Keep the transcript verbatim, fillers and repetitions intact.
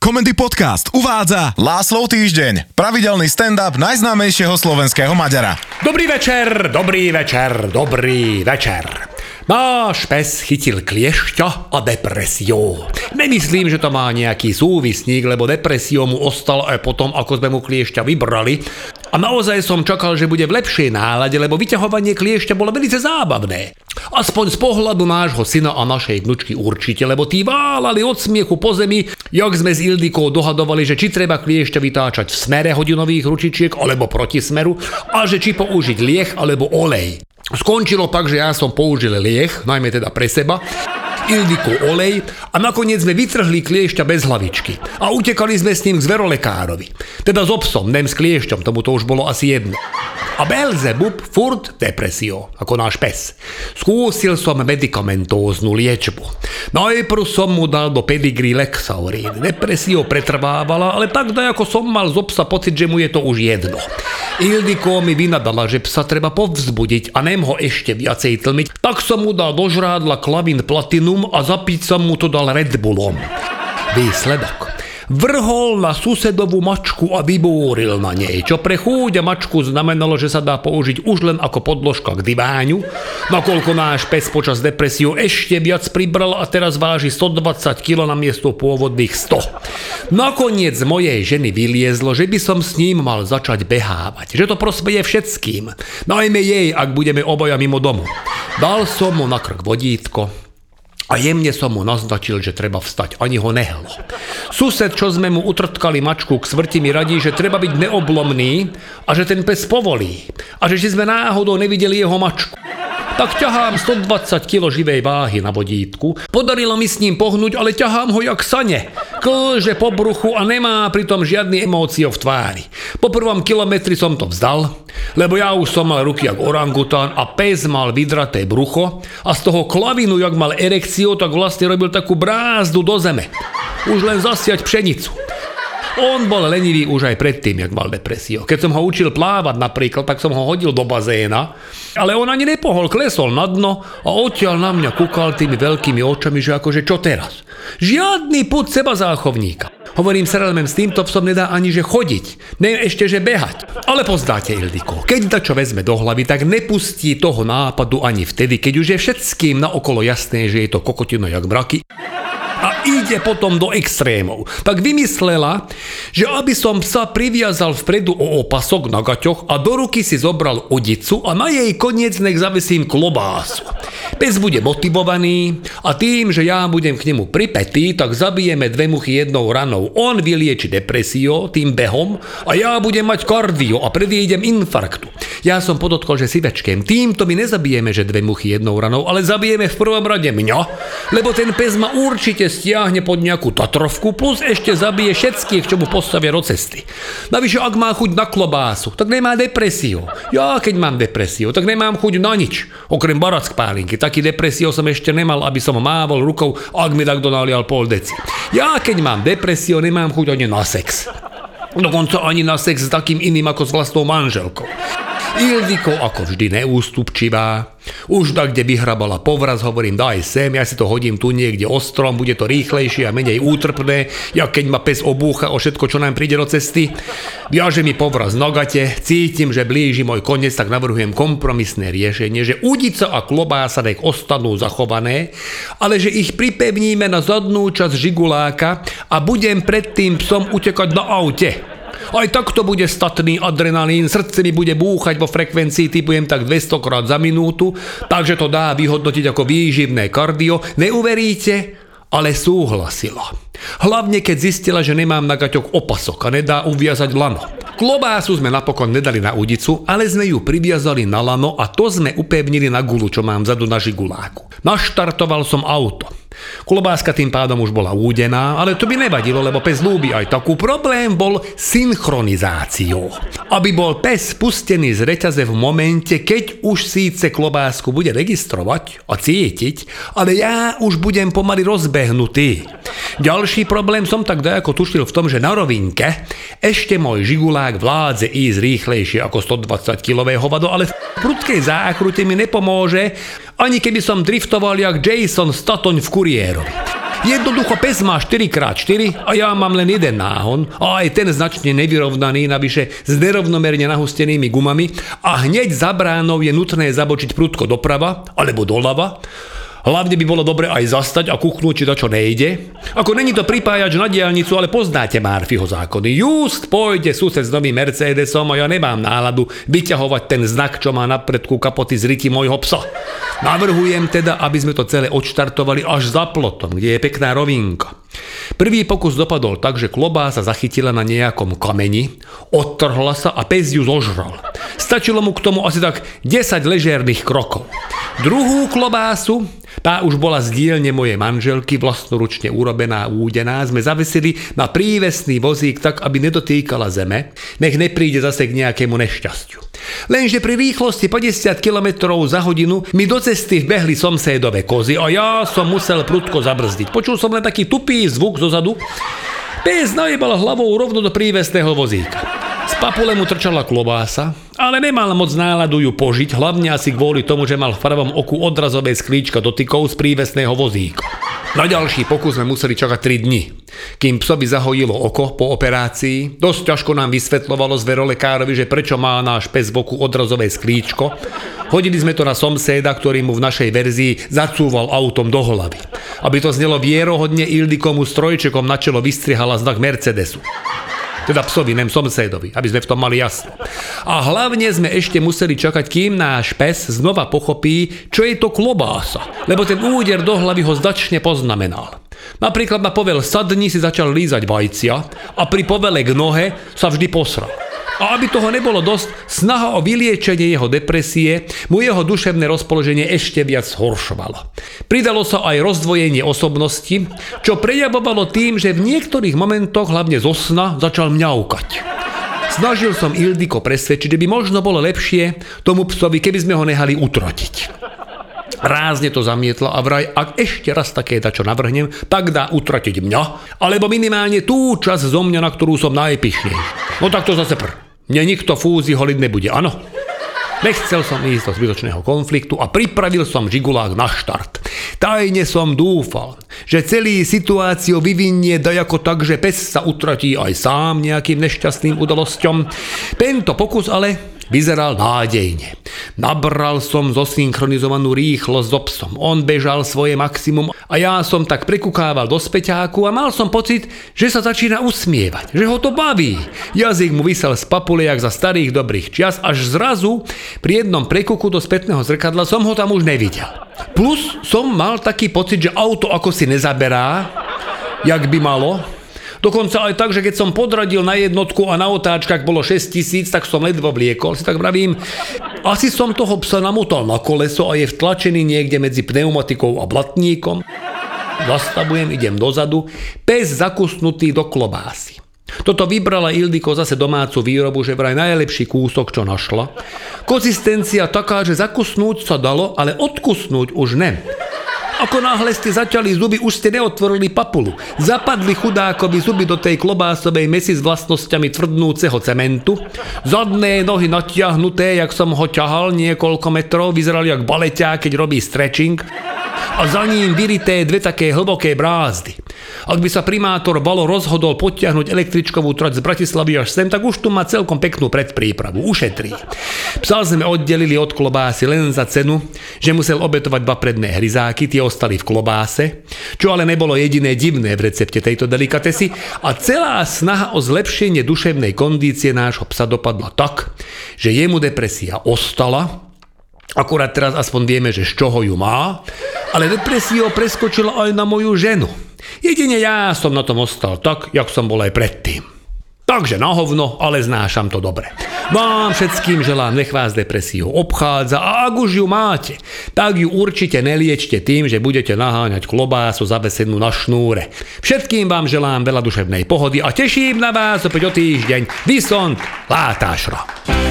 Komendy Podcast uvádza Láslov týždeň, pravidelný stand-up najznámejšieho slovenského Maďara. Dobrý večer, dobrý večer, dobrý večer. Náš pes chytil kliešťa a depresiu. Nemyslím, že to má nejaký súvisník, lebo depresiou mu ostal aj potom, ako sme mu kliešťa vybrali. A naozaj som čakal, že bude v lepšej nálade, lebo vyťahovanie kliešťa bolo veľmi zábavné. Aspoň z pohľadu nášho syna a našej vnučky určite, lebo tí válali od smiechu po zemi, jak sme s Ildikou dohadovali, že či treba kliešťa vytáčať v smere hodinových ručičiek alebo proti smeru a že či použiť lieh alebo olej. Skončilo pak, že ja som použil lieh, najmä teda pre seba, Ildiku olej a nakoniec sme vytrhli kliešťa bez hlavičky a utekali sme s ním k zverolekárovi. Teda s obsom, nem s kliešťom, tomu to už bolo asi jedno. A Belzebub furt depresio, ako náš pes. Skúsil som medikamentóznu liečbu. Najprv som mu dal do pedigrí Lexaurín. Depresio pretrvávala, ale tak ako som mal z obsa pocit, že mu je to už jedno. Ildiko mi vynadala, že psa treba povzbudiť a nem ho ešte viacej tlmiť, tak som mu dal do žrádla Klavín Platinum a zapiť som mu to dal Red Bullom. Výsledok. Vrhol na susedovú mačku a vybúril na nej, čo pre chúďa mačku znamenalo, že sa dá použiť už len ako podložka k diváňu, nakoľko náš pes počas depresiu ešte viac pribral a teraz váži stodvadsať kilogramov namiesto pôvodných sto. Nakoniec z mojej ženy vyliezlo, že by som s ním mal začať behávať, že to prospeje všetkým, najmä jej, ak budeme obaja mimo domu. Dal som mu na krk vodítko a jemne som mu naznačil, že treba vstať, ani ho nehlo. Sused, čo sme mu utrtkali mačku k smrti, mi radí, že treba byť neoblomný a že ten pes povolí. A že či sme náhodou nevideli jeho mačku. Tak ťahám stodvadsať kilogramov živej váhy na vodítku. Podarilo mi s ním pohnúť, ale ťahám ho jak sane. Klže po bruchu a nemá pritom žiadny emócio v tvári. Po prvom kilometri som to vzdal, lebo ja už som mal ruky jak orangután a pes mal vydraté brucho a z toho klavinu, jak mal erekciu, tak vlastne robil takú brázdu do zeme. Už len zasiať pšenicu. On bol lenivý už aj predtým, jak mal depresiu. Keď som ho učil plávať napríklad, tak som ho hodil do bazéna, ale on ani nepohol, klesol na dno a odtiaľ na mňa kúkal tými veľkými očami, že akože čo teraz? Žiadny pud seba záchovníka. Hovorím sa, len s týmto psom nedá ani že chodiť, ne ešte že behať. Ale poznáte, Ildiko, keď dačo vezme do hlavy, tak nepustí toho nápadu ani vtedy, keď už je všetkým naokolo jasné, že je to kokotino jak mraky. A ide potom do extrémov. Tak vymyslela, že aby som psa priviazal vpredu o opasok na gaťoch a do ruky si zobral udicu a na jej koniec nech zavesím klobásu. Pes bude motivovaný a tým, že ja budem k nemu pripätý, tak zabijeme dve muchy jednou ranou. On vylieči depresio tým behom a ja budem mať kardio a predídem infarktu. Ja som podotkol, že si večkem. Týmto my nezabijeme, že dve muchy jednou ranou, ale zabijeme v prvom rade mňa, lebo ten pes ma určite stiahne pod nejakú Tatrovku, plus ešte zabije všetkých, čo mu postavia do cesty. Navyše, ak má chuť na klobásu, tak nemá depresiu. Ja, keď mám depresiu, tak nemám chuť na nič, okrem barack pálinky. Taký depresiu som ešte nemal, aby som mával rukou, ak mi takto nalial pol deci. Ja, keď mám depresiu, nemám chuť ani na sex. Dokonca ani na sex s takým iným ako s vlastnou manželkou. Ildiko ako vždy neústupčivá. Už tak, kde vyhrabala povraz, hovorím, daj sem, ja si to hodím tu niekde ostrom, bude to rýchlejšie a menej útrpné, jak keď ma pes obúcha o všetko, čo nám príde do cesty. Viaže mi povraz na gate, cítim, že blíži môj koniec, tak navrhujem kompromisné riešenie, že udica a klobása nech ostanú zachované, ale že ich pripevníme na zadnú časť žiguláka a budem pred tým psom utekať na aute. Aj takto bude statný adrenalín, srdce mi bude búchať vo frekvencii typujem tak dvesto krát za minútu, takže to dá vyhodnotiť ako výživné kardio. Neuveríte, ale súhlasila. Hlavne keď zistila, že nemám na gaťoch opasok a nedá uviazať lano. Klobásu sme napokon nedali na udicu, ale sme ju priviazali na lano a to sme upevnili na gulu, čo mám vzadu na žiguláku. Naštartoval som auto. Klobáska tým pádom už bola údená, ale to by nevadilo, lebo pes ľúbi aj takú. Problém bol synchronizáciou. Aby bol pes pustený z reťaze v momente, keď už síce klobásku bude registrovať a cítiť, ale ja už budem pomaly rozbehnutý. Ďalší problém som tak dajako tušil v tom, že na rovinke ešte môj žigulák vládze ísť rýchlejšie ako stodvadsať kilogramov hovado, ale v prudkej zákrute mi nepomôže, ani keby som driftoval jak Jason Statham v Kuriérovi. Jednoducho pes má štyri krát štyri a ja mám len jeden náhon a aj ten značne nevyrovnaný, navyše s nerovnomerne nahustenými gumami a hneď za bránou je nutné zabočiť prudko doprava alebo doľava. Hlavne by bolo dobre aj zastať a kuchnúť, či to čo nejde. Ako není to pripájač na diaľnicu, ale poznáte Murphyho zákony. Just pôjde sused s novým Mercedesom a ja nemám náladu vyťahovať ten znak, čo má na predku kapoty z ryti môjho psa. Navrhujem teda, aby sme to celé odštartovali až za plotom, kde je pekná rovinka. Prvý pokus dopadol tak, že klobása zachytila na nejakom kameni, odtrhla sa a pes ju zožral. Stačilo mu k tomu asi tak desať ležérnych krokov. Druhú klobásu, tá už bola z dielne mojej manželky, vlastnoručne urobená a údená, sme zavesili na prívesný vozík tak, aby nedotýkala zeme, nech nepríde zase k nejakému nešťastiu. Lenže pri rýchlosti päťdesiat kilometrov za hodinu mi do cesty vbehli somsédové kozy a ja som musel prudko zabrzdiť. Počul som len taký tupý zvuk zozadu. Pes najebal hlavou rovno do prívesného vozíka. Z papule mu trčala klobása, ale nemal moc náladu ju požiť, hlavne asi kvôli tomu, že mal v pravom oku odrazové sklíčka dotykov z prívesného vozíka. Na ďalší pokus sme museli čakať tri dni, kým psovi zahojilo oko po operácii. Dosť ťažko nám vysvetľovalo zverolekárovi, že prečo má náš pes v oku odrazové sklíčko. Hodili sme to na somséda, ktorý mu v našej verzii zacúval autom do hlavy. Aby to znelo vierohodne, Ildikomu strojčekom na čelo vystrihala znak Mercedesu. Teda psovi, nem somsédovi, aby sme v tom mali jasno. A hlavne sme ešte museli čakať, kým náš pes znova pochopí, čo je to klobása, lebo ten úder do hlavy ho značne poznamenal. Napríklad na povel sadni si začal lízať vajcia a pri povele k nohe sa vždy posral. A aby toho nebolo dosť, snaha o vyliečenie jeho depresie mu jeho duševné rozpoloženie ešte viac zhoršovalo. Pridalo sa aj rozdvojenie osobnosti, čo prejavovalo tým, že v niektorých momentoch, hlavne zo sna, začal mňaukať. Snažil som Ildiko presvedčiť, že by možno bolo lepšie tomu psovi, keby sme ho nehali utrotiť. Rázne to zamietla a vraj, ak ešte raz také dačo navrhnem, tak dá utratiť mňa, alebo minimálne tú časť zo mňa, na ktorú som najpyšnejší. No tak to zase pr. Mne nikto fúzi holiť nebude, áno? Nechcel som ísť do zbytočného konfliktu a pripravil som žigulák na štart. Tajne som dúfal, že celý situáciu vyvinie dajako tak, že pes sa utratí aj sám nejakým nešťastným udalosťom. Tento pokus ale vyzeral nádejne. Nabral som zosynchronizovanú rýchlosť so psom. On bežal svoje maximum a ja som tak prekukával do späťáku a mal som pocit, že sa začína usmievať, že ho to baví. Jazyk mu visel z papule jak za starých dobrých čias, až zrazu pri jednom prekuku do spätného zrkadla som ho tam už nevidel. Plus som mal taký pocit, že auto ako si nezaberá, jak by malo. Dokonca aj tak, že keď som podradil na jednotku a na otáčkach bolo šesť tisíc, tak som ledvo vliekol. Si tak vravím, asi som toho psa namotal na koleso a je vtlačený niekde medzi pneumatikou a blatníkom. Zastavujem, idem dozadu. Pes zakusnutý do klobásy. Toto vybrala Ildiko zase domácu výrobu, že vraj najlepší kúsok, čo našla. Konzistencia taká, že zakusnúť sa dalo, ale odkusnúť už ne. Ako náhle ste začali zuby, už ste neotvorili papulu. Zapadli chudákovi zuby do tej klobásovej mesy s vlastnosťami tvrdnúceho cementu. Zadné nohy natiahnuté, jak som ho ťahal niekoľko metrov, vyzerali jak baleťák, keď robí stretching. A za ním vyrité dve také hlboké brázdy. Ak by sa primátor Balo rozhodol potiahnuť električkovú trať z Bratislavy až sem, tak už tu má celkom peknú predprípravu. Ušetrí. Psa sme oddelili od klobásy len za cenu, že musel obetovať dva predné hryzáky, tie ostali v klobáse, čo ale nebolo jediné divné v recepte tejto delikatesy, a celá snaha o zlepšenie duševnej kondície nášho psa dopadla tak, že jemu depresia ostala. Akurát teraz aspoň vieme, že z čoho ju má, ale depresia preskočila aj na moju ženu. Jedine ja som na tom ostal tak, jak som bol aj predtým. Takže na hovno, ale znášam to dobre. Vám všetkým želám, nech vás depresiu obchádza, a ak už ju máte, tak ju určite neliečte tým, že budete naháňať klobásu zavesenú na šnúre. Všetkým vám želám veľa duševnej pohody a teším na vás opäť o týždeň. Vysont Látášra.